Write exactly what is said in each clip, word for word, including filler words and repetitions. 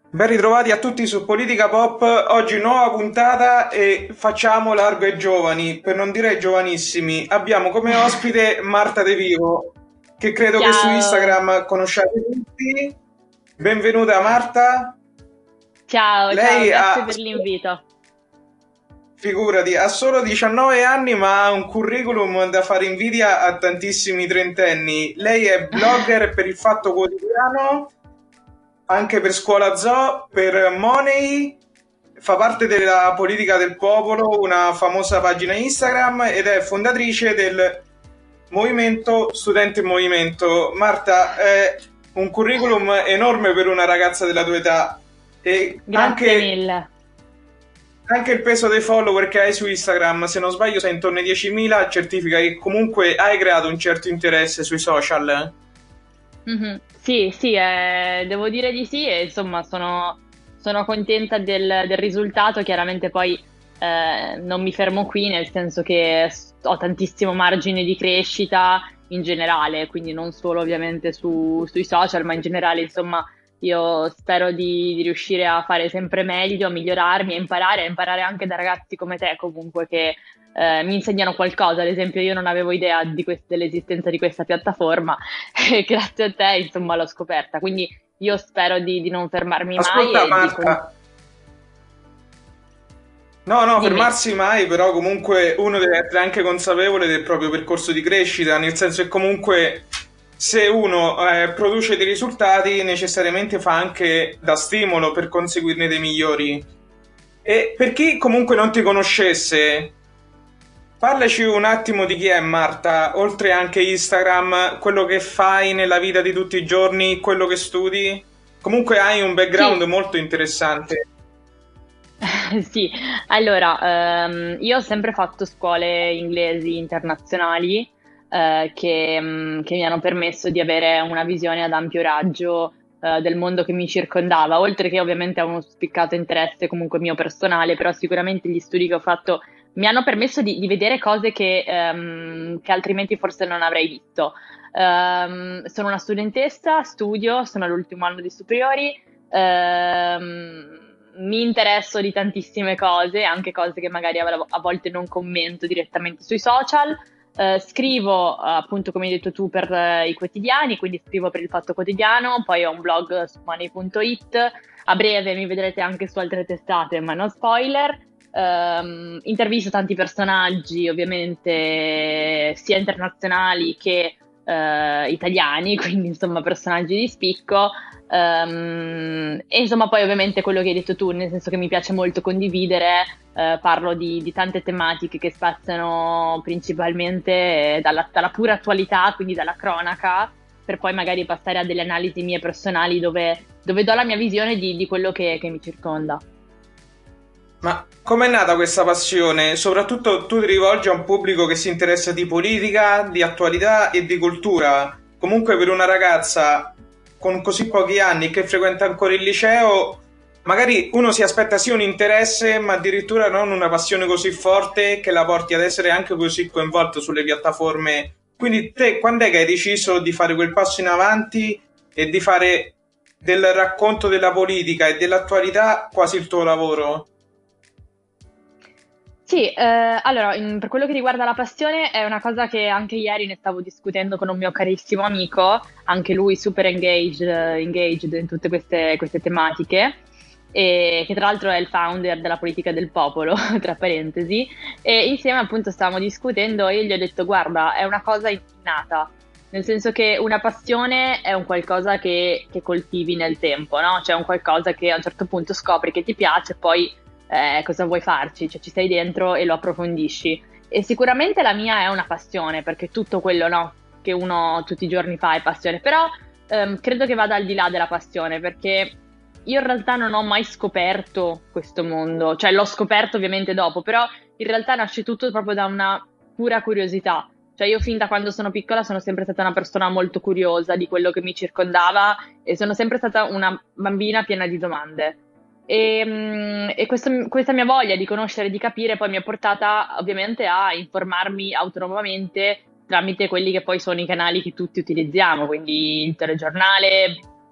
Ben ritrovati a tutti su Politica Pop, oggi nuova puntata e facciamo largo ai giovani, per non dire ai giovanissimi. Abbiamo come ospite Marta De Vivo, che credo che su Ciao, Instagram conosciate tutti. Benvenuta Marta. ciao, ciao, Lei grazie ha, per l'invito. figurati, ha solo diciannove anni ma ha un curriculum da fare invidia a tantissimi trentenni. Lei è blogger per il Fatto Quotidiano, anche per Scuola Zoo, per Money, fa parte della Politica del Popolo, una famosa pagina Instagram, ed è fondatrice del Movimento Studente in Movimento. Marta, è un curriculum enorme per una ragazza della tua età e Grazie anche, mille. anche il peso dei follower che hai su Instagram, se non sbaglio sei intorno ai diecimila, certifica che comunque hai creato un certo interesse sui social. Mhm. Sì, sì, eh, devo dire di sì e insomma sono, sono contenta del, del risultato. Chiaramente poi eh, non mi fermo qui, nel senso che s- ho tantissimo margine di crescita in generale, quindi non solo ovviamente su- sui social, ma in generale, insomma, io spero di, di riuscire a fare sempre meglio, a migliorarmi, a imparare, a imparare anche da ragazzi come te comunque che eh, mi insegnano qualcosa. Ad esempio, io non avevo idea di quest- dell'esistenza di questa piattaforma e grazie a te, insomma, l'ho scoperta. Quindi io spero di, di non fermarmi mai Ascolta e di... con- Marta, no, no, Dimmi. fermarsi mai, però comunque uno deve essere anche consapevole del proprio percorso di crescita, nel senso che comunque se uno eh, produce dei risultati necessariamente fa anche da stimolo per conseguirne dei migliori. E per chi comunque non ti conoscesse, parlaci un attimo di chi è Marta, oltre anche Instagram, quello che fai nella vita di tutti i giorni, quello che studi. Comunque hai un background Sì, molto interessante. sì, allora, ehm, io ho sempre fatto scuole inglesi internazionali eh, che, mm, che mi hanno permesso di avere una visione ad ampio raggio eh, del mondo che mi circondava, oltre che ovviamente a uno spiccato interesse comunque mio personale, però sicuramente gli studi che ho fatto mi hanno permesso di, di vedere cose che, ehm, che altrimenti forse non avrei visto. Ehm, sono una studentessa, studio, sono all'ultimo anno di superiori. Ehm, Mi interesso di tantissime cose, anche cose che magari a a volte non commento direttamente sui social. Eh, scrivo, eh, appunto, come hai detto tu, per eh, i quotidiani, quindi scrivo per il Fatto Quotidiano, poi ho un blog su money punto it. A breve mi vedrete anche su altre testate, ma no spoiler. Ehm, intervisto tanti personaggi, ovviamente sia internazionali che eh, italiani, quindi insomma personaggi di spicco. Ehm, e insomma, poi ovviamente quello che hai detto tu, nel senso che mi piace molto condividere, eh, parlo di, di tante tematiche che spaziano principalmente eh, dalla, dalla pura attualità, quindi dalla cronaca, per poi magari passare a delle analisi mie personali dove, dove do la mia visione di, di quello che, che mi circonda. Ma com'è nata questa passione? Soprattutto tu ti rivolgi a un pubblico che si interessa di politica, di attualità e di cultura. Comunque per una ragazza con così pochi anni che frequenta ancora il liceo, magari uno si aspetta sì un interesse, ma addirittura non una passione così forte che la porti ad essere anche così coinvolto sulle piattaforme. Quindi te quando è che hai deciso di fare quel passo in avanti e di fare del racconto della politica e dell'attualità quasi il tuo lavoro? Sì, eh, allora, in- per quello che riguarda la passione, è una cosa che anche ieri ne stavo discutendo con un mio carissimo amico, anche lui super engaged, eh, engaged in tutte queste, queste tematiche, e che tra l'altro è il founder della politica del popolo, tra parentesi, e insieme appunto stavamo discutendo e io gli ho detto, guarda, è una cosa innata, nel senso che una passione è un qualcosa che, che coltivi nel tempo, no? Cioè un qualcosa che a un certo punto scopri che ti piace, poi eh, cosa vuoi farci? Cioè ci sei dentro e lo approfondisci. E sicuramente la mia è una passione, perché tutto quello, no, che uno tutti i giorni fa è passione, però ehm, credo che vada al di là della passione, perché io in realtà non ho mai scoperto questo mondo, cioè l'ho scoperto ovviamente dopo, però in realtà nasce tutto proprio da una pura curiosità. Cioè io fin da quando sono piccola sono sempre stata una persona molto curiosa di quello che mi circondava e sono sempre stata una bambina piena di domande. E, mm, e questo- questa mia voglia di conoscere e di capire poi mi ha portata ovviamente a informarmi autonomamente tramite quelli che poi sono i canali che tutti utilizziamo, quindi il telegiornale,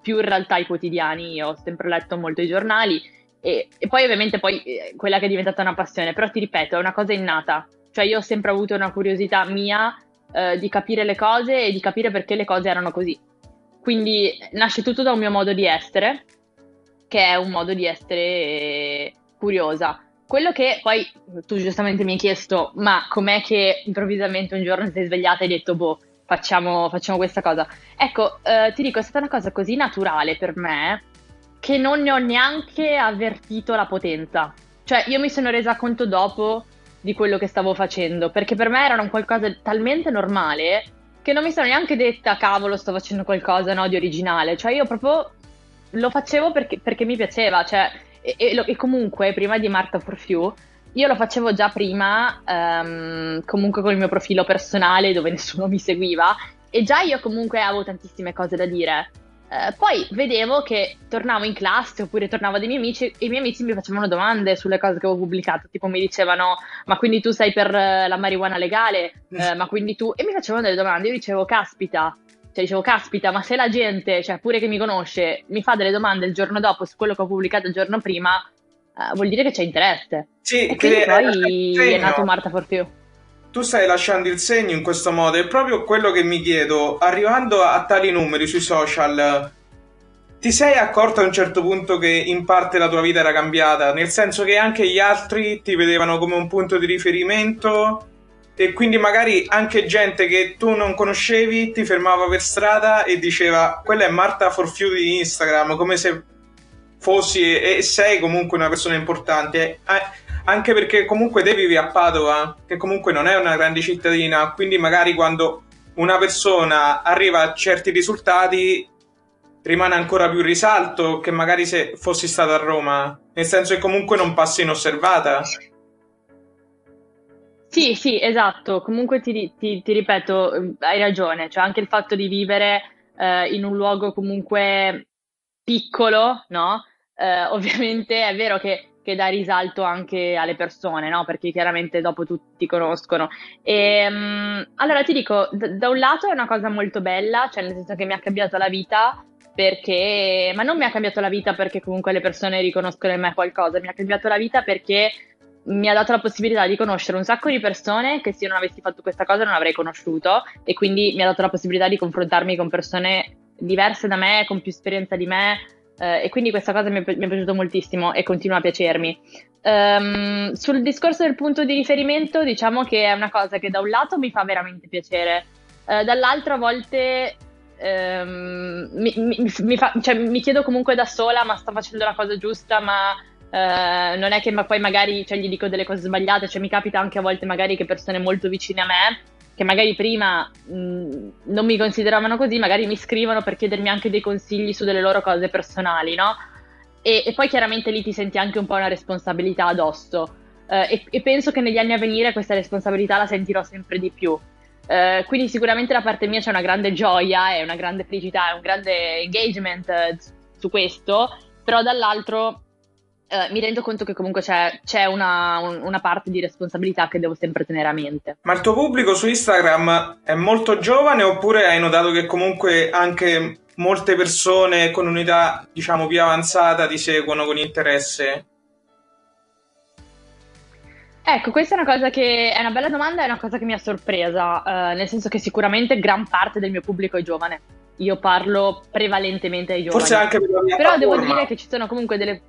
più in realtà i quotidiani, io ho sempre letto molto i giornali e, e poi ovviamente poi eh, quella che è diventata una passione, però ti ripeto, è una cosa innata, cioè io ho sempre avuto una curiosità mia eh, di capire le cose e di capire perché le cose erano così. Quindi nasce tutto da un mio modo di essere, che è un modo di essere eh, curiosa. Quello che poi tu giustamente mi hai chiesto, ma com'è che improvvisamente un giorno ti sei svegliata e hai detto, boh, facciamo, facciamo questa cosa? Ecco, eh, ti dico, è stata una cosa così naturale per me che non ne ho neanche avvertito la potenza. Cioè, io mi sono resa conto dopo di quello che stavo facendo, perché per me era un qualcosa di talmente normale che non mi sono neanche detta, cavolo, sto facendo qualcosa, no, di originale. Cioè, io proprio lo facevo perché, perché mi piaceva, cioè, e, e lo- e comunque, prima di Marta for Few, io lo facevo già prima, ehm, comunque con il mio profilo personale dove nessuno mi seguiva, e già io comunque avevo tantissime cose da dire. Eh, poi vedevo che tornavo in classe oppure tornavo dai miei amici e i miei amici mi facevano domande sulle cose che avevo pubblicato, tipo mi dicevano, ma quindi tu sei per eh, la marijuana legale? Eh, ma quindi tu... E mi facevano delle domande, io dicevo, caspita, cioè dicevo, caspita, ma se la gente, cioè pure che mi conosce, mi fa delle domande il giorno dopo su quello che ho pubblicato il giorno prima, eh, vuol dire che c'è interesse. Sì, E che quindi è il poi è nato segno. Marta for Few. Tu stai lasciando il segno in questo modo, è proprio quello che mi chiedo, arrivando a tali numeri sui social, ti sei accorto a un certo punto che in parte la tua vita era cambiata, nel senso che anche gli altri ti vedevano come un punto di riferimento e quindi magari anche gente che tu non conoscevi ti fermava per strada e diceva quella è Marta for Few di Instagram, come se fossi e sei comunque una persona importante. Eh, anche perché comunque te vivi a Padova, che comunque non è una grande cittadina, quindi magari quando una persona arriva a certi risultati rimane ancora più risalto che magari se fossi stata a Roma, nel senso che comunque non passi inosservata. Sì, sì, esatto. Comunque ti, ti- ti ripeto, eh, hai ragione. Cioè anche il fatto di vivere eh, in un luogo comunque piccolo, no? Eh, ovviamente è vero che, che dà risalto anche alle persone, no? Perché chiaramente dopo tutti ti conoscono. E, mm, allora ti dico, d- da un lato è una cosa molto bella, cioè nel senso che mi ha cambiato la vita. Perché, ma non mi ha cambiato la vita perché comunque le persone riconoscono in me qualcosa, mi ha cambiato la vita perché mi ha dato la possibilità di conoscere un sacco di persone che se io non avessi fatto questa cosa non avrei conosciuto e quindi mi ha dato la possibilità di confrontarmi con persone diverse da me, con più esperienza di me eh, e quindi questa cosa mi è, pi- mi è piaciuto moltissimo e continua a piacermi. Ehm, sul discorso del punto di riferimento, diciamo che è una cosa che da un lato mi fa veramente piacere, eh, dall'altro a volte ehm, mi, mi- mi fa- cioè, mi chiedo comunque da sola, ma sto facendo la cosa giusta, ma eh, non è che ma poi magari cioè, gli dico delle cose sbagliate, cioè mi capita anche a volte magari che persone molto vicine a me, che magari prima mh, non mi consideravano così, magari mi scrivono per chiedermi anche dei consigli su delle loro cose personali, no? E, e poi chiaramente lì ti senti anche un po' una responsabilità addosso. Eh, e, e penso che negli anni a venire questa responsabilità la sentirò sempre di più. Eh, quindi sicuramente da parte mia c'è una grande gioia e una grande felicità e un grande engagement eh, su questo, però dall'altro eh, mi rendo conto che comunque c'è, c'è una, un- una parte di responsabilità che devo sempre tenere a mente. Ma il tuo pubblico su Instagram è molto giovane oppure hai notato che comunque anche molte persone con un'età, diciamo, più avanzata ti seguono con interesse? Ecco, questa è una cosa che è una bella domanda, è una cosa che mi ha sorpresa, eh, nel senso che sicuramente gran parte del mio pubblico è giovane. Io parlo prevalentemente ai Forse giovani. anche per la Però devo piattaforma. dire che ci sono comunque delle...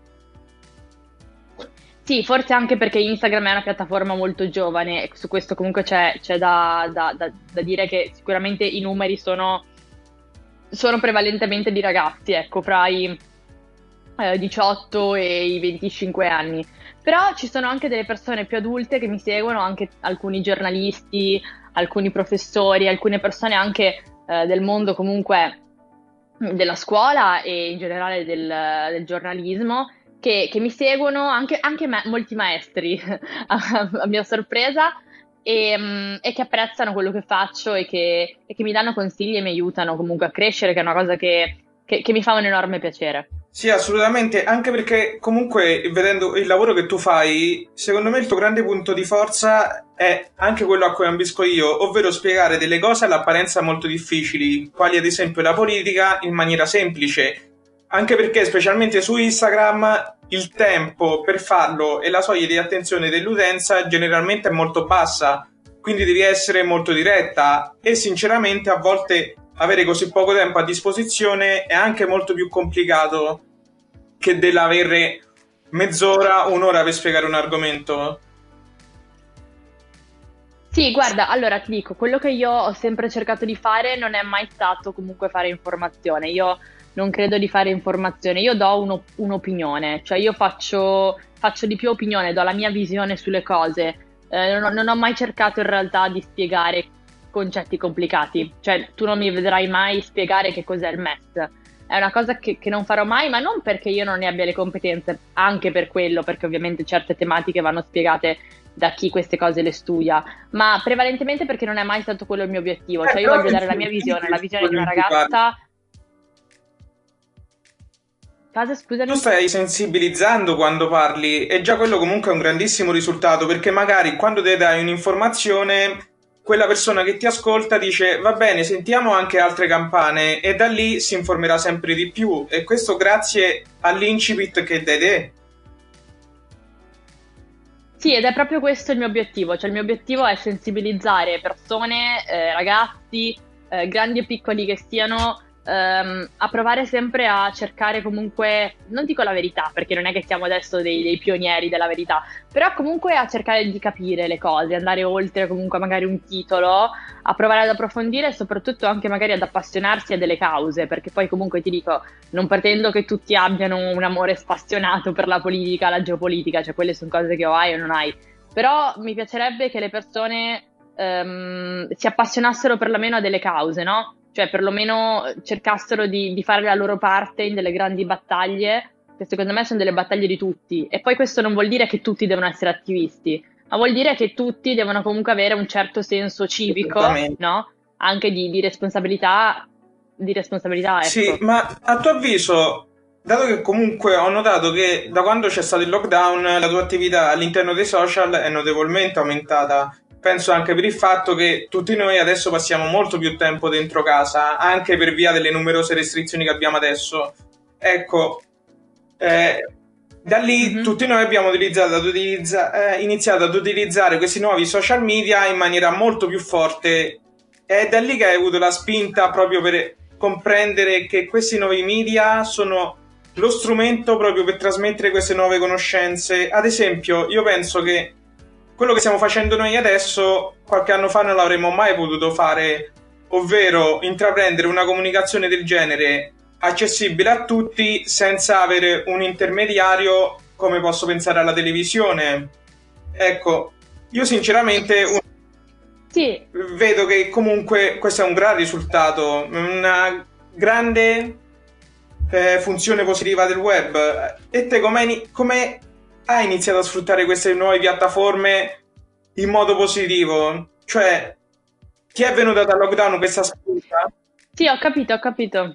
Sì, forse anche perché Instagram è una piattaforma molto giovane e su questo comunque c'è, c'è da, da- da- da dire che sicuramente i numeri sono, sono prevalentemente di ragazzi, ecco, fra i eh, diciotto e i venticinque anni. Però ci sono anche delle persone più adulte che mi seguono, anche alcuni giornalisti, alcuni professori, alcune persone anche eh, del mondo comunque della scuola e in generale del, del giornalismo che, che mi seguono, anche, anche me- molti maestri a, a mia sorpresa. E, mm, e che apprezzano quello che faccio e che, e che mi danno consigli e mi aiutano comunque a crescere, che è una cosa che, che che mi fa un enorme piacere. Sì, assolutamente, anche perché comunque vedendo il lavoro che tu fai, secondo me il tuo grande punto di forza è anche quello a cui ambisco io, ovvero spiegare delle cose all'apparenza molto difficili, quali ad esempio la politica, in maniera semplice, anche perché specialmente su Instagram il tempo per farlo e la soglia di attenzione dell'utenza generalmente è molto bassa, quindi devi essere molto diretta e sinceramente a volte avere così poco tempo a disposizione è anche molto più complicato che dell'avere mezz'ora, un'ora per spiegare un argomento. Sì, guarda, allora ti dico, quello che io ho sempre cercato di fare non è mai stato comunque fare informazione. Io non credo di fare informazione, io do uno- un'opinione, cioè io faccio, faccio di più opinione, do la mia visione sulle cose. Eh, non ho, non ho mai cercato in realtà di spiegare concetti complicati, cioè tu non mi vedrai mai spiegare che cos'è il M E S. È una cosa che, che non farò mai, ma non perché io non ne abbia le competenze, anche per quello, perché ovviamente certe tematiche vanno spiegate da chi queste cose le studia, ma prevalentemente perché non è mai stato quello il mio obiettivo, Eh, cioè io però voglio dare la mia visione, la visione di una ragazza. Cosa, tu scusami? stai sensibilizzando quando parli e già quello comunque è un grandissimo risultato perché magari quando te dai un'informazione quella persona che ti ascolta dice va bene, sentiamo anche altre campane e da lì si informerà sempre di più e questo grazie all'incipit che dai te. Sì, ed è proprio questo il mio obiettivo, cioè il mio obiettivo è sensibilizzare persone, eh, ragazzi, eh, grandi e piccoli che siano, ehm, a provare sempre a cercare comunque, non dico la verità, perché non è che siamo adesso dei, dei pionieri della verità, però comunque a cercare di capire le cose, andare oltre comunque magari un titolo, a provare ad approfondire e soprattutto anche magari ad appassionarsi a delle cause, perché poi comunque ti dico, non pretendo che tutti abbiano un amore spassionato per la politica, la geopolitica, cioè quelle sono cose che o hai o non hai. Però mi piacerebbe che le persone ehm, si appassionassero perlomeno a delle cause, no? Cioè perlomeno cercassero di, di fare la loro parte in delle grandi battaglie, che secondo me sono delle battaglie di tutti. E poi questo non vuol dire che tutti devono essere attivisti, ma vuol dire che tutti devono comunque avere un certo senso civico, Esattamente. no? Anche di, di responsabilità, di responsabilità, Sì, ecco. ma a tuo avviso, dato che comunque ho notato che da quando c'è stato il lockdown la tua attività all'interno dei social è notevolmente aumentata, penso anche per il fatto che tutti noi adesso passiamo molto più tempo dentro casa, anche per via delle numerose restrizioni che abbiamo adesso. Ecco, eh, da lì Mhm. tutti noi abbiamo utilizzato ad utilizza- eh, iniziato ad utilizzare questi nuovi social media in maniera molto più forte. È da lì che hai avuto la spinta proprio per comprendere che questi nuovi media sono lo strumento proprio per trasmettere queste nuove conoscenze. Ad esempio, io penso che quello che stiamo facendo noi adesso, qualche anno fa non l'avremmo mai potuto fare, ovvero intraprendere una comunicazione del genere accessibile a tutti senza avere un intermediario come posso pensare alla televisione. Ecco, io sinceramente un- Sì, vedo che comunque questo è un gran risultato, una grande eh, funzione positiva del web. E te come, come hai iniziato a sfruttare queste nuove piattaforme in modo positivo? Cioè, ti è venuta dal lockdown questa spinta? sì, ho capito, ho capito.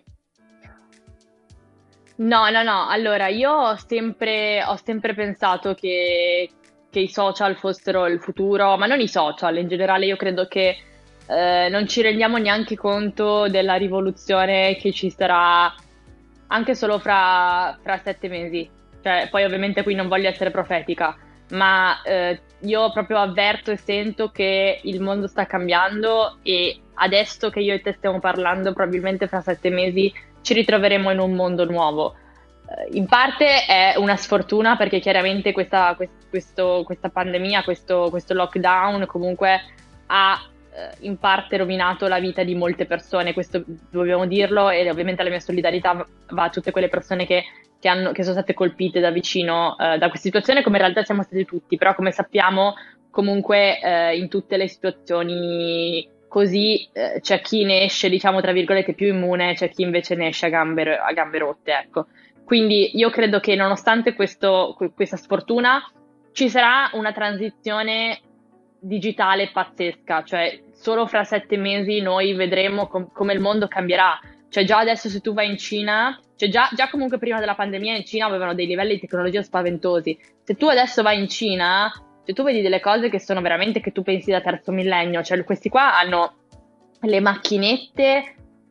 No, no, no, allora io ho sempre, ho sempre pensato che, che i social fossero il futuro, ma non i social, in generale io credo che eh, non ci rendiamo neanche conto della rivoluzione che ci sarà anche solo fra, fra sette mesi. Cioè, poi ovviamente qui non voglio essere profetica, ma eh, io proprio avverto e sento che il mondo sta cambiando e adesso che io e te stiamo parlando, probabilmente fra sette mesi ci ritroveremo in un mondo nuovo. Eh, In parte è una sfortuna perché chiaramente questa, quest- questo- questa pandemia, questo, questo lockdown comunque ha eh, in parte rovinato la vita di molte persone, questo dobbiamo dirlo e ovviamente la mia solidarietà va a tutte quelle persone che, che hanno- che sono state colpite da vicino eh, da questa situazione, come in realtà siamo stati tutti, però come sappiamo comunque eh, in tutte le situazioni così eh, c'è chi ne esce, diciamo, tra virgolette, più immune, c'è chi invece ne esce a gambe, a gambe rotte, ecco. Quindi io credo che nonostante questo- que- questa sfortuna ci sarà una transizione digitale pazzesca, cioè solo fra sette mesi noi vedremo com- come il mondo cambierà. Cioè già adesso se tu vai in Cina, cioè già, già comunque prima della pandemia in Cina avevano dei livelli di tecnologia spaventosi. Se tu adesso vai in Cina, cioè tu vedi delle cose che sono veramente che tu pensi da terzo millennio, cioè questi qua hanno le macchinette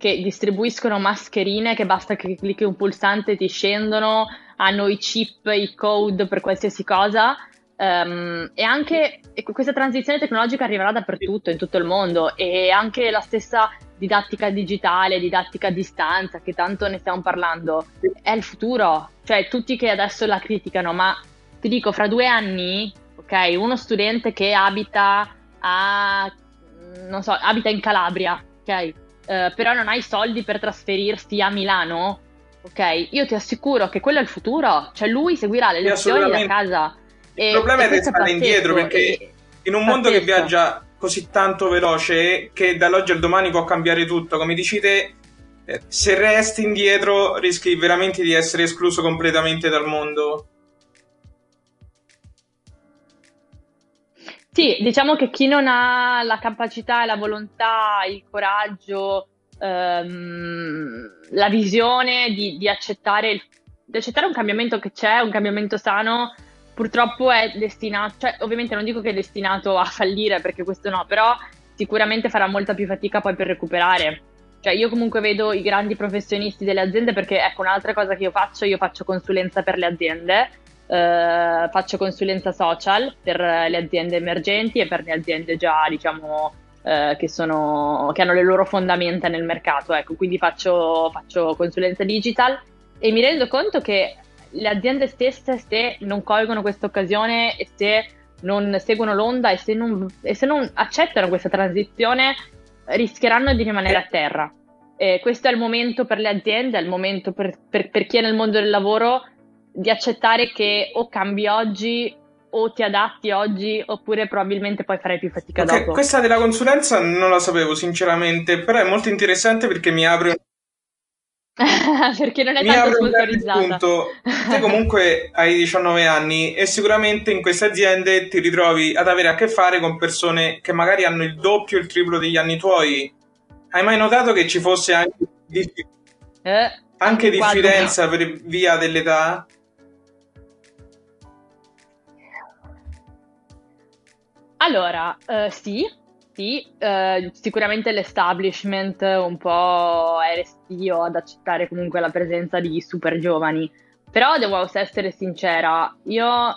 che distribuiscono mascherine che basta che clicchi un pulsante e ti scendono, hanno i chip, i code per qualsiasi cosa. Um, e anche e questa transizione tecnologica arriverà dappertutto, in tutto il mondo, e anche la stessa didattica digitale, didattica a distanza, che tanto ne stiamo parlando, è il futuro. Cioè, tutti che adesso la criticano, ma ti dico, fra due anni, ok, uno studente che abita a, non so, abita in Calabria, ok, uh, però non ha i soldi per trasferirsi a Milano, ok, io ti assicuro che quello è il futuro. Cioè, lui seguirà le lezioni da casa. Il e, problema e è restare indietro, perché e, in un mondo pazzesco. Che viaggia così tanto veloce, che dall'oggi al domani può cambiare tutto, come dici te, se resti indietro rischi veramente di essere escluso completamente dal mondo. Sì, diciamo che chi non ha la capacità, la volontà, il coraggio, ehm, la visione di, di, accettare il, di accettare un cambiamento che c'è, un cambiamento sano, purtroppo è destinato, cioè ovviamente non dico che è destinato a fallire, perché questo no, però sicuramente farà molta più fatica poi per recuperare. Cioè io comunque vedo i grandi professionisti delle aziende, perché ecco un'altra cosa che io faccio, io faccio consulenza per le aziende, eh, faccio consulenza social per le aziende emergenti e per le aziende già diciamo eh, che, sono, che hanno le loro fondamenta nel mercato, ecco, quindi faccio, faccio consulenza digital e mi rendo conto che le aziende stesse, se non colgono questa occasione e se non seguono l'onda e se non, e se non accettano questa transizione, rischieranno di rimanere a terra. E questo è il momento per le aziende, è il momento per, per, per chi è nel mondo del lavoro di accettare che o cambi oggi o ti adatti oggi, oppure probabilmente poi farai più fatica okay, dopo. Questa della consulenza non la sapevo sinceramente, però è molto interessante perché mi apre perché non è mi tanto apre un sponsorizzata. punto. Te comunque hai diciannove anni e sicuramente in queste aziende ti ritrovi ad avere a che fare con persone che magari hanno il doppio, il triplo degli anni tuoi. Hai mai notato che ci fosse anche, dif- eh, anche diffidenza per via dell'età? Allora, uh, sì, sì, uh, sicuramente l'establishment un po' è restio ad accettare comunque la presenza di super giovani, però devo essere sincera, io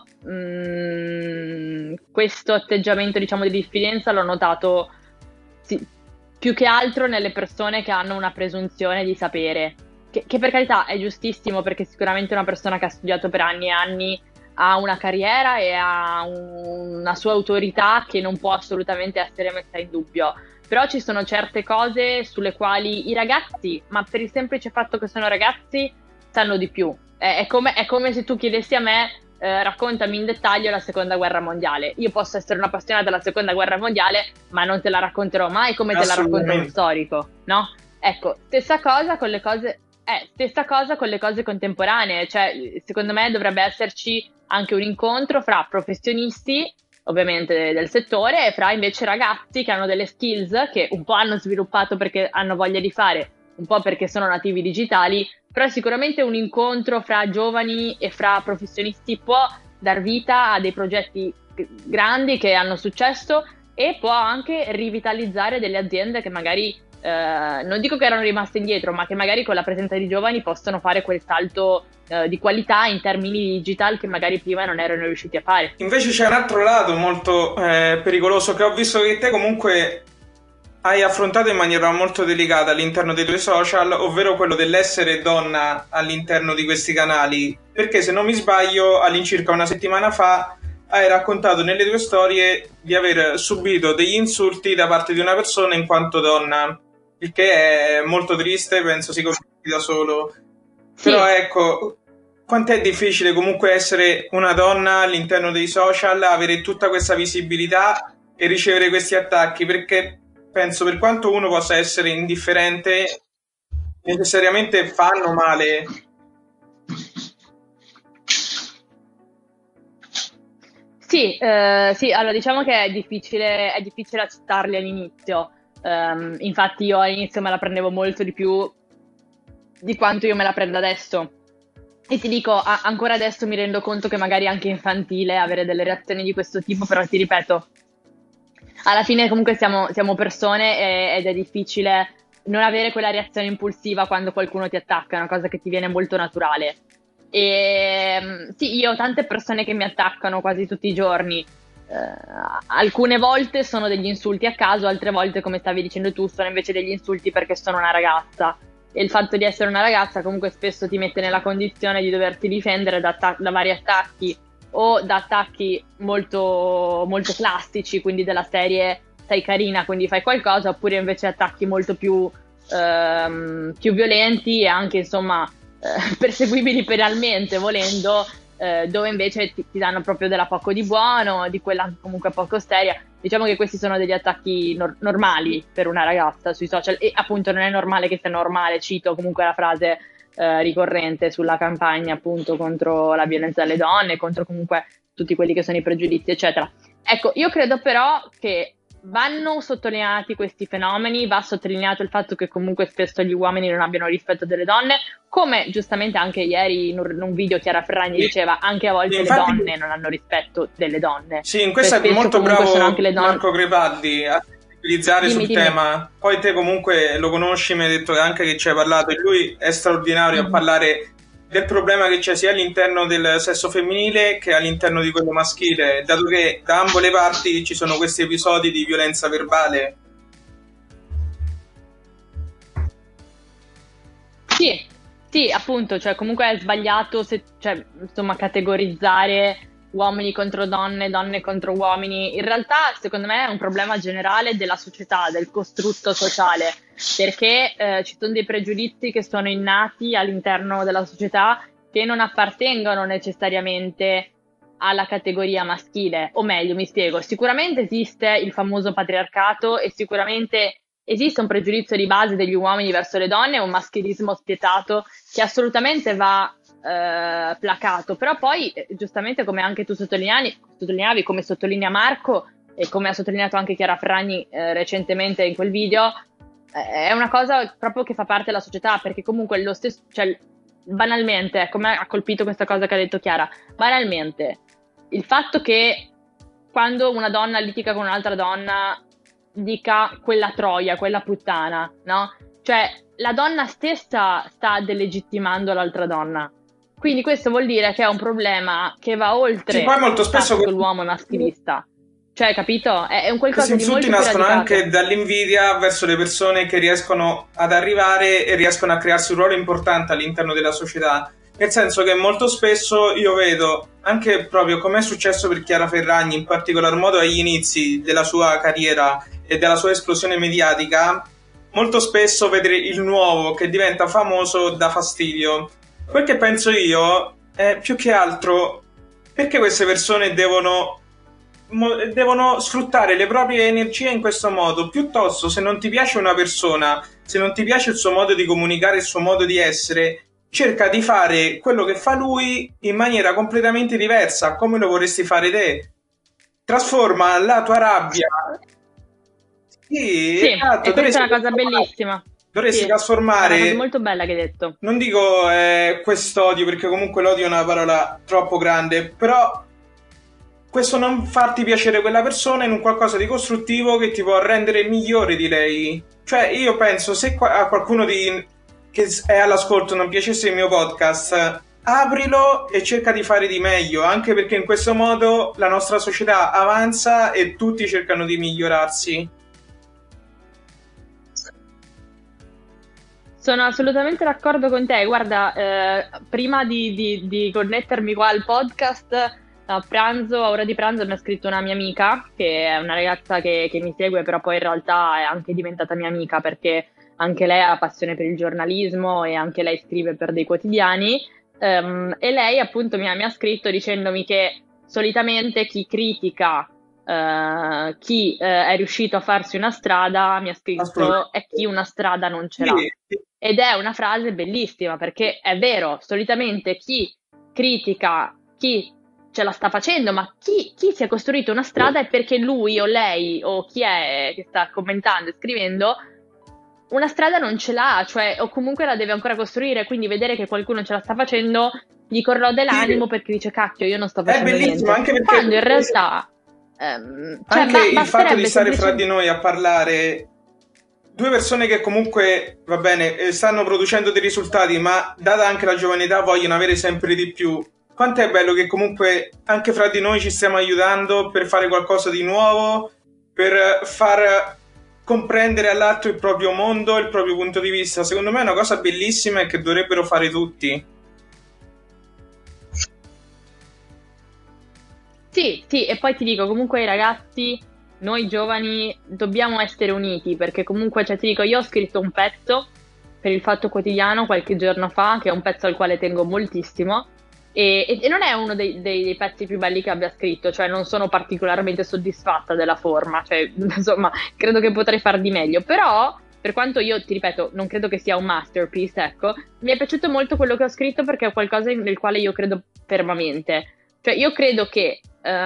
mh, questo atteggiamento diciamo di diffidenza l'ho notato sì, più che altro nelle persone che hanno una presunzione di sapere, che, che per carità è giustissimo, perché sicuramente una persona che ha studiato per anni e anni ha una carriera e ha un, una sua autorità che non può assolutamente essere messa in dubbio, però ci sono certe cose sulle quali i ragazzi, ma per il semplice fatto che sono ragazzi, sanno di più. È, è, come, è come se tu chiedessi a me eh, raccontami in dettaglio la seconda guerra mondiale. Io posso essere un'appassionata della seconda guerra mondiale, ma non te la racconterò mai come te la racconta uno storico, no? Ecco, stessa cosa con le cose eh, stessa cosa con le cose contemporanee, cioè secondo me dovrebbe esserci anche un incontro fra professionisti, ovviamente del settore, e fra invece ragazzi che hanno delle skills che un po' hanno sviluppato perché hanno voglia di fare, un po' perché sono nativi digitali, però sicuramente un incontro fra giovani e fra professionisti può dar vita a dei progetti grandi che hanno successo e può anche rivitalizzare delle aziende che magari eh, non dico che erano rimaste indietro, ma che magari con la presenza di giovani possono fare quel salto eh, di qualità in termini digital che magari prima non erano riusciti a fare. Invece c'è un altro lato molto eh, pericoloso che ho visto che te comunque hai affrontato in maniera molto delicata all'interno dei tuoi social, ovvero quello dell'essere donna all'interno di questi canali, perché se non mi sbaglio all'incirca una settimana fa hai raccontato nelle tue storie di aver subito degli insulti da parte di una persona in quanto donna, il che è molto triste, penso si capisca da solo. Sì. Però ecco, quant'è difficile comunque essere una donna all'interno dei social, avere tutta questa visibilità e ricevere questi attacchi, perché penso per quanto uno possa essere indifferente, necessariamente fanno male. Sì, eh, sì, allora diciamo che è difficile, è difficile accettarli all'inizio. Um, infatti io all'inizio me la prendevo molto di più di quanto io me la prenda adesso. E ti dico, a- ancora adesso mi rendo conto che magari è anche infantile avere delle reazioni di questo tipo, però ti ripeto, alla fine comunque siamo, siamo persone e- ed è difficile non avere quella reazione impulsiva quando qualcuno ti attacca, è una cosa che ti viene molto naturale. E mm, sì, io ho tante persone che mi attaccano quasi tutti i giorni. Eh, alcune volte sono degli insulti a caso, altre volte, come stavi dicendo tu, sono invece degli insulti perché sono una ragazza. E il fatto di essere una ragazza comunque spesso ti mette nella condizione di doverti difendere da, atta- da vari attacchi, o da attacchi molto, molto classici, quindi della serie sei carina quindi fai qualcosa, oppure invece attacchi molto più, ehm, più violenti e anche insomma eh, perseguibili penalmente volendo, eh, dove invece ti, ti danno proprio della poco di buono, di quella comunque poco seria. Diciamo che questi sono degli attacchi nor- normali per una ragazza sui social, e appunto non è normale che sia normale, cito comunque la frase eh, ricorrente sulla campagna appunto contro la violenza delle donne, contro comunque tutti quelli che sono i pregiudizi eccetera. Ecco, io credo però che vanno sottolineati questi fenomeni, va sottolineato il fatto che comunque spesso gli uomini non abbiano rispetto delle donne, come giustamente anche ieri in un, in un video Chiara Ferragni diceva, anche a volte Infatti, le donne non hanno rispetto delle donne. sì, in questo Cioè, è molto bravo sono anche le donne... Marco Crepaldi a sensibilizzare dimmi, sul dimmi. tema. Poi te comunque lo conosci, mi hai detto anche che ci hai parlato, e lui è straordinario Mm-hmm. a parlare del problema che c'è sia all'interno del sesso femminile che all'interno di quello maschile, dato che da ambo le parti ci sono questi episodi di violenza verbale. Sì, sì, appunto, cioè comunque è sbagliato se, cioè, insomma, categorizzare uomini contro donne, donne contro uomini. In realtà, secondo me, è un problema generale della società, del costrutto sociale, perché eh, ci sono dei pregiudizi che sono innati all'interno della società che non appartengono necessariamente alla categoria maschile. O meglio, mi spiego, sicuramente esiste il famoso patriarcato e sicuramente esiste un pregiudizio di base degli uomini verso le donne, un maschilismo spietato che assolutamente va eh, placato, però poi eh, giustamente come anche tu sottolineavi, sottolineavi, come sottolinea Marco e come ha sottolineato anche Chiara Ferragni eh, recentemente in quel video, eh, è una cosa proprio che fa parte della società, perché comunque lo stesso, cioè banalmente, come ha colpito questa cosa che ha detto Chiara, banalmente il fatto che quando una donna litiga con un'altra donna dica quella troia, quella puttana, no? Cioè, la donna stessa sta delegittimando l'altra donna. Quindi questo vuol dire che è un problema che va oltre Sì, poi molto il spesso fatto che l'uomo è maschilista. Cioè, capito? È, è un qualcosa questi di molto insulti più nascono radicato. anche dall'invidia verso le persone che riescono ad arrivare e riescono a crearsi un ruolo importante all'interno della società. Nel senso che molto spesso io vedo, anche proprio come è successo per Chiara Ferragni, in particolar modo agli inizi della sua carriera e della sua esplosione mediatica, molto spesso vedere il nuovo che diventa famoso dà fastidio. Quel che penso io è più che altro perché queste persone devono, devono sfruttare le proprie energie in questo modo. Piuttosto, se non ti piace una persona, se non ti piace il suo modo di comunicare, il suo modo di essere, cerca di fare quello che fa lui in maniera completamente diversa, come lo vorresti fare te. Trasforma la tua rabbia. Sì, Sì, esatto, e questa è una cosa trasformare- bellissima. dovresti Sì, è trasformare. una cosa molto bella che hai detto. Non dico eh, quest'odio, perché comunque l'odio è una parola troppo grande, però questo non farti piacere quella persona in un qualcosa di costruttivo che ti può rendere migliore di lei. Cioè, io penso, se qua- a qualcuno di, che è all'ascolto non piacesse il mio podcast, aprilo e cerca di fare di meglio, anche perché in questo modo la nostra società avanza e tutti cercano di migliorarsi. Sono assolutamente d'accordo con te. Guarda, eh, prima di, di- di connettermi qua al podcast, a pranzo, a ora di pranzo, mi ha scritto una mia amica, che è una ragazza che, che mi segue, però poi in realtà è anche diventata mia amica perché anche lei ha passione per il giornalismo e anche lei scrive per dei quotidiani. Ehm, e lei appunto mi ha, mi ha scritto dicendomi che solitamente chi critica eh, chi eh, è riuscito a farsi una strada, mi ha scritto, Assolutamente. è chi una strada non ce Sì, l'ha. sì. Ed è una frase bellissima perché è vero, solitamente chi critica chi ce la sta facendo, ma chi, chi si è costruito una strada è perché lui o lei o chi è che sta commentando e scrivendo una strada non ce l'ha, cioè, o comunque la deve ancora costruire, quindi vedere che qualcuno ce la sta facendo gli corrode l'animo perché dice cacchio, io non sto È facendo bellissimo, niente. anche perché Quando in realtà ehm, cioè, anche ba- il fatto di basterebbe stare fra semplicemente... di noi a parlare due persone che comunque, va bene, eh, stanno producendo dei risultati, ma data anche la giovane età vogliono avere sempre di più. Quanto è bello che comunque anche fra di noi ci stiamo aiutando per fare qualcosa di nuovo, per far comprendere all'altro il proprio mondo, il proprio punto di vista. Secondo me è una cosa bellissima e che dovrebbero fare tutti. Sì, sì, e poi ti dico, comunque i ragazzi, noi giovani, dobbiamo essere uniti, perché comunque, cioè, ti dico, io ho scritto un pezzo per il Fatto Quotidiano qualche giorno fa, che è un pezzo al quale tengo moltissimo, e, e- e non è uno dei, dei- dei pezzi più belli che abbia scritto, cioè non sono particolarmente soddisfatta della forma, cioè, insomma, credo che potrei far di meglio, però, per quanto io, ti ripeto, non credo che sia un masterpiece, ecco, mi è piaciuto molto quello che ho scritto perché è qualcosa nel quale io credo fermamente. Cioè, io credo che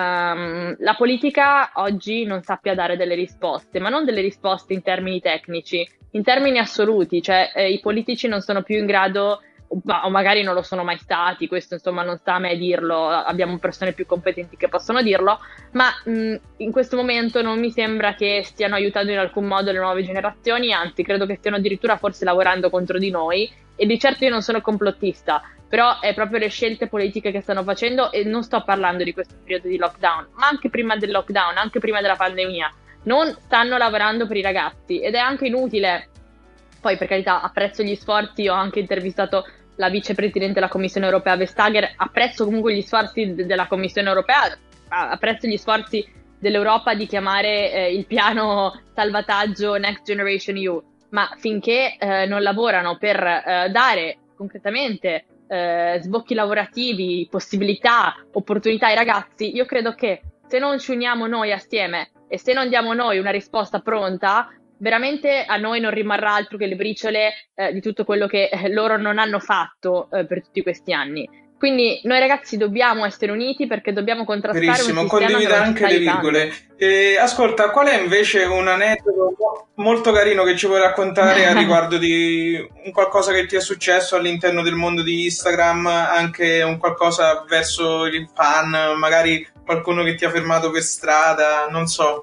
ehm, la politica oggi non sappia dare delle risposte, ma non delle risposte in termini tecnici, in termini assoluti, cioè eh, i politici non sono più in grado, o ma- o magari non lo sono mai stati, questo insomma non sta a me dirlo, abbiamo persone più competenti che possono dirlo, ma mh, in questo momento non mi sembra che stiano aiutando in alcun modo le nuove generazioni, anzi credo che stiano addirittura forse lavorando contro di noi e di certo io non sono complottista, però è proprio le scelte politiche che stanno facendo e non sto parlando di questo periodo di lockdown, ma anche prima del lockdown, anche prima della pandemia, non stanno lavorando per i ragazzi ed è anche inutile. Poi per carità apprezzo gli sforzi, ho anche intervistato la vicepresidente della Commissione europea Vestager, apprezzo comunque gli sforzi de- della Commissione europea, apprezzo gli sforzi dell'Europa di chiamare eh, il piano salvataggio Next Generation E U, ma finché eh, non lavorano per eh, dare concretamente eh, sbocchi lavorativi, possibilità, opportunità ai ragazzi, io credo che se non ci uniamo noi assieme e se non diamo noi una risposta pronta, veramente a noi non rimarrà altro che le briciole eh, di tutto quello che eh, loro non hanno fatto eh, per tutti questi anni. Quindi noi ragazzi dobbiamo essere uniti perché dobbiamo contrastare un Verissimo, sistema che condivida non ci anche sta le aiutando. virgole. E, ascolta, qual è invece un aneddoto mo- molto carino che ci vuoi raccontare a riguardo di un qualcosa che ti è successo all'interno del mondo di Instagram, anche un qualcosa verso il fan, magari qualcuno che ti ha fermato per strada, non so.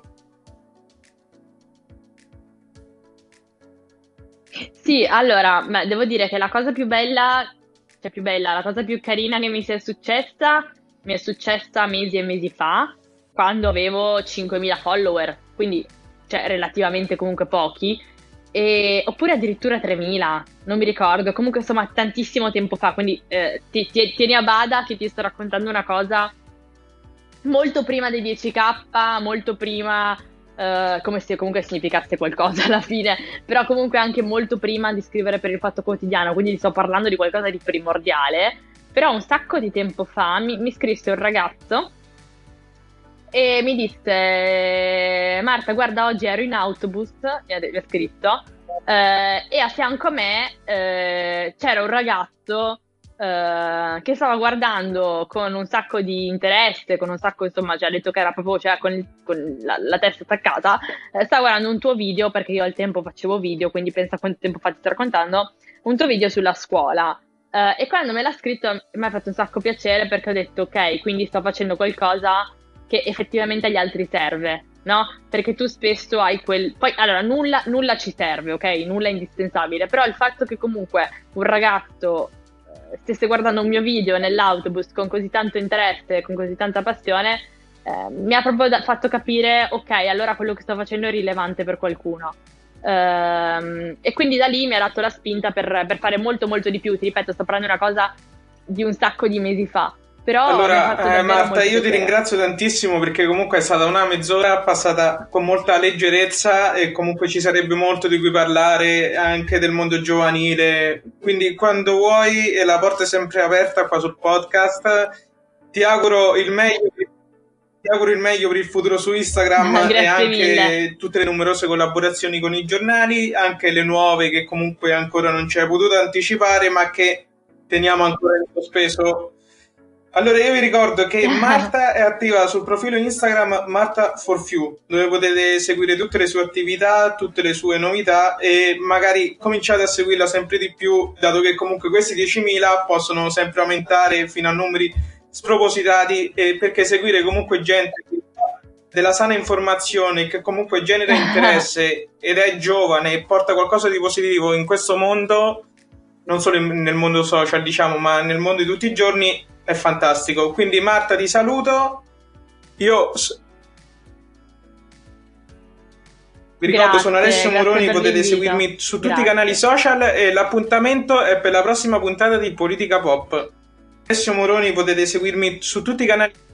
Sì, allora, ma devo dire che la cosa più bella, cioè più bella, la cosa più carina che mi sia successa, mi è successa mesi e mesi fa, quando avevo cinquemila follower, quindi, cioè, relativamente comunque pochi, e- oppure addirittura tremila, non mi ricordo, comunque insomma tantissimo tempo fa, quindi eh, ti- ti- tieni a bada che ti sto raccontando una cosa molto prima dei dieci K, molto prima, eh, come se comunque significasse qualcosa alla fine, però comunque anche molto prima di scrivere per il Fatto Quotidiano, quindi ti sto parlando di qualcosa di primordiale. Però un sacco di tempo fa mi, mi scrisse un ragazzo e mi disse: Marta, guarda, oggi ero in autobus, mi ha, mi ha scritto, eh, e a fianco a me eh, c'era un ragazzo eh, che stava guardando con un sacco di interesse, con un sacco, insomma, cioè, ha detto che era proprio, cioè, con, il- con la, la testa attaccata, eh, stava guardando un tuo video, perché io al tempo facevo video, quindi pensa quanto tempo fa ti sto raccontando, un tuo video sulla scuola. Eh, e quando me l'ha scritto mi ha fatto un sacco piacere perché ho detto ok, quindi sto facendo qualcosa che effettivamente agli altri serve, no? Perché tu spesso hai quel... Poi, allora, nulla, nulla ci serve, ok? Nulla è indispensabile, però il fatto che comunque un ragazzo eh, stesse guardando un mio video nell'autobus con così tanto interesse, con così tanta passione, eh, mi ha proprio da- fatto capire, ok, allora quello che sto facendo è rilevante per qualcuno. Ehm, e quindi da lì mi ha dato la spinta per, per fare molto molto di più. Ti ripeto, sto parlando di una cosa di un sacco di mesi fa, però mi ha fatto Allora, eh, davvero Marta, molto io ti piacere. ringrazio tantissimo perché comunque è stata una mezz'ora passata con molta leggerezza e comunque ci sarebbe molto di cui parlare anche del mondo giovanile. Quindi quando vuoi, e la porta è sempre aperta qua sul podcast. Ti auguro il meglio, ti auguro il meglio per il futuro su Instagram e Grazie mille. anche tutte le numerose collaborazioni con i giornali, anche le nuove che comunque ancora non ci hai potuto anticipare, ma che teniamo ancora in sospeso. Allora, io vi ricordo che Marta è attiva sul profilo Instagram Marta for Few, dove potete seguire tutte le sue attività, tutte le sue novità e magari cominciate a seguirla sempre di più, dato che comunque questi diecimila possono sempre aumentare fino a numeri spropositati, e perché seguire comunque gente che fa della sana informazione, che comunque genera interesse ed è giovane e porta qualcosa di positivo in questo mondo, non solo in- nel mondo social, diciamo, ma nel mondo di tutti i giorni, è fantastico. Quindi Marta, ti saluto. Io s- vi ricordo, sono Grazie, Alessio grazie Moroni, per potete l'invito. seguirmi su tutti i canali Grazie. social e l'appuntamento è per la prossima puntata di Politica Pop. Alessio Moroni, potete seguirmi su tutti i canali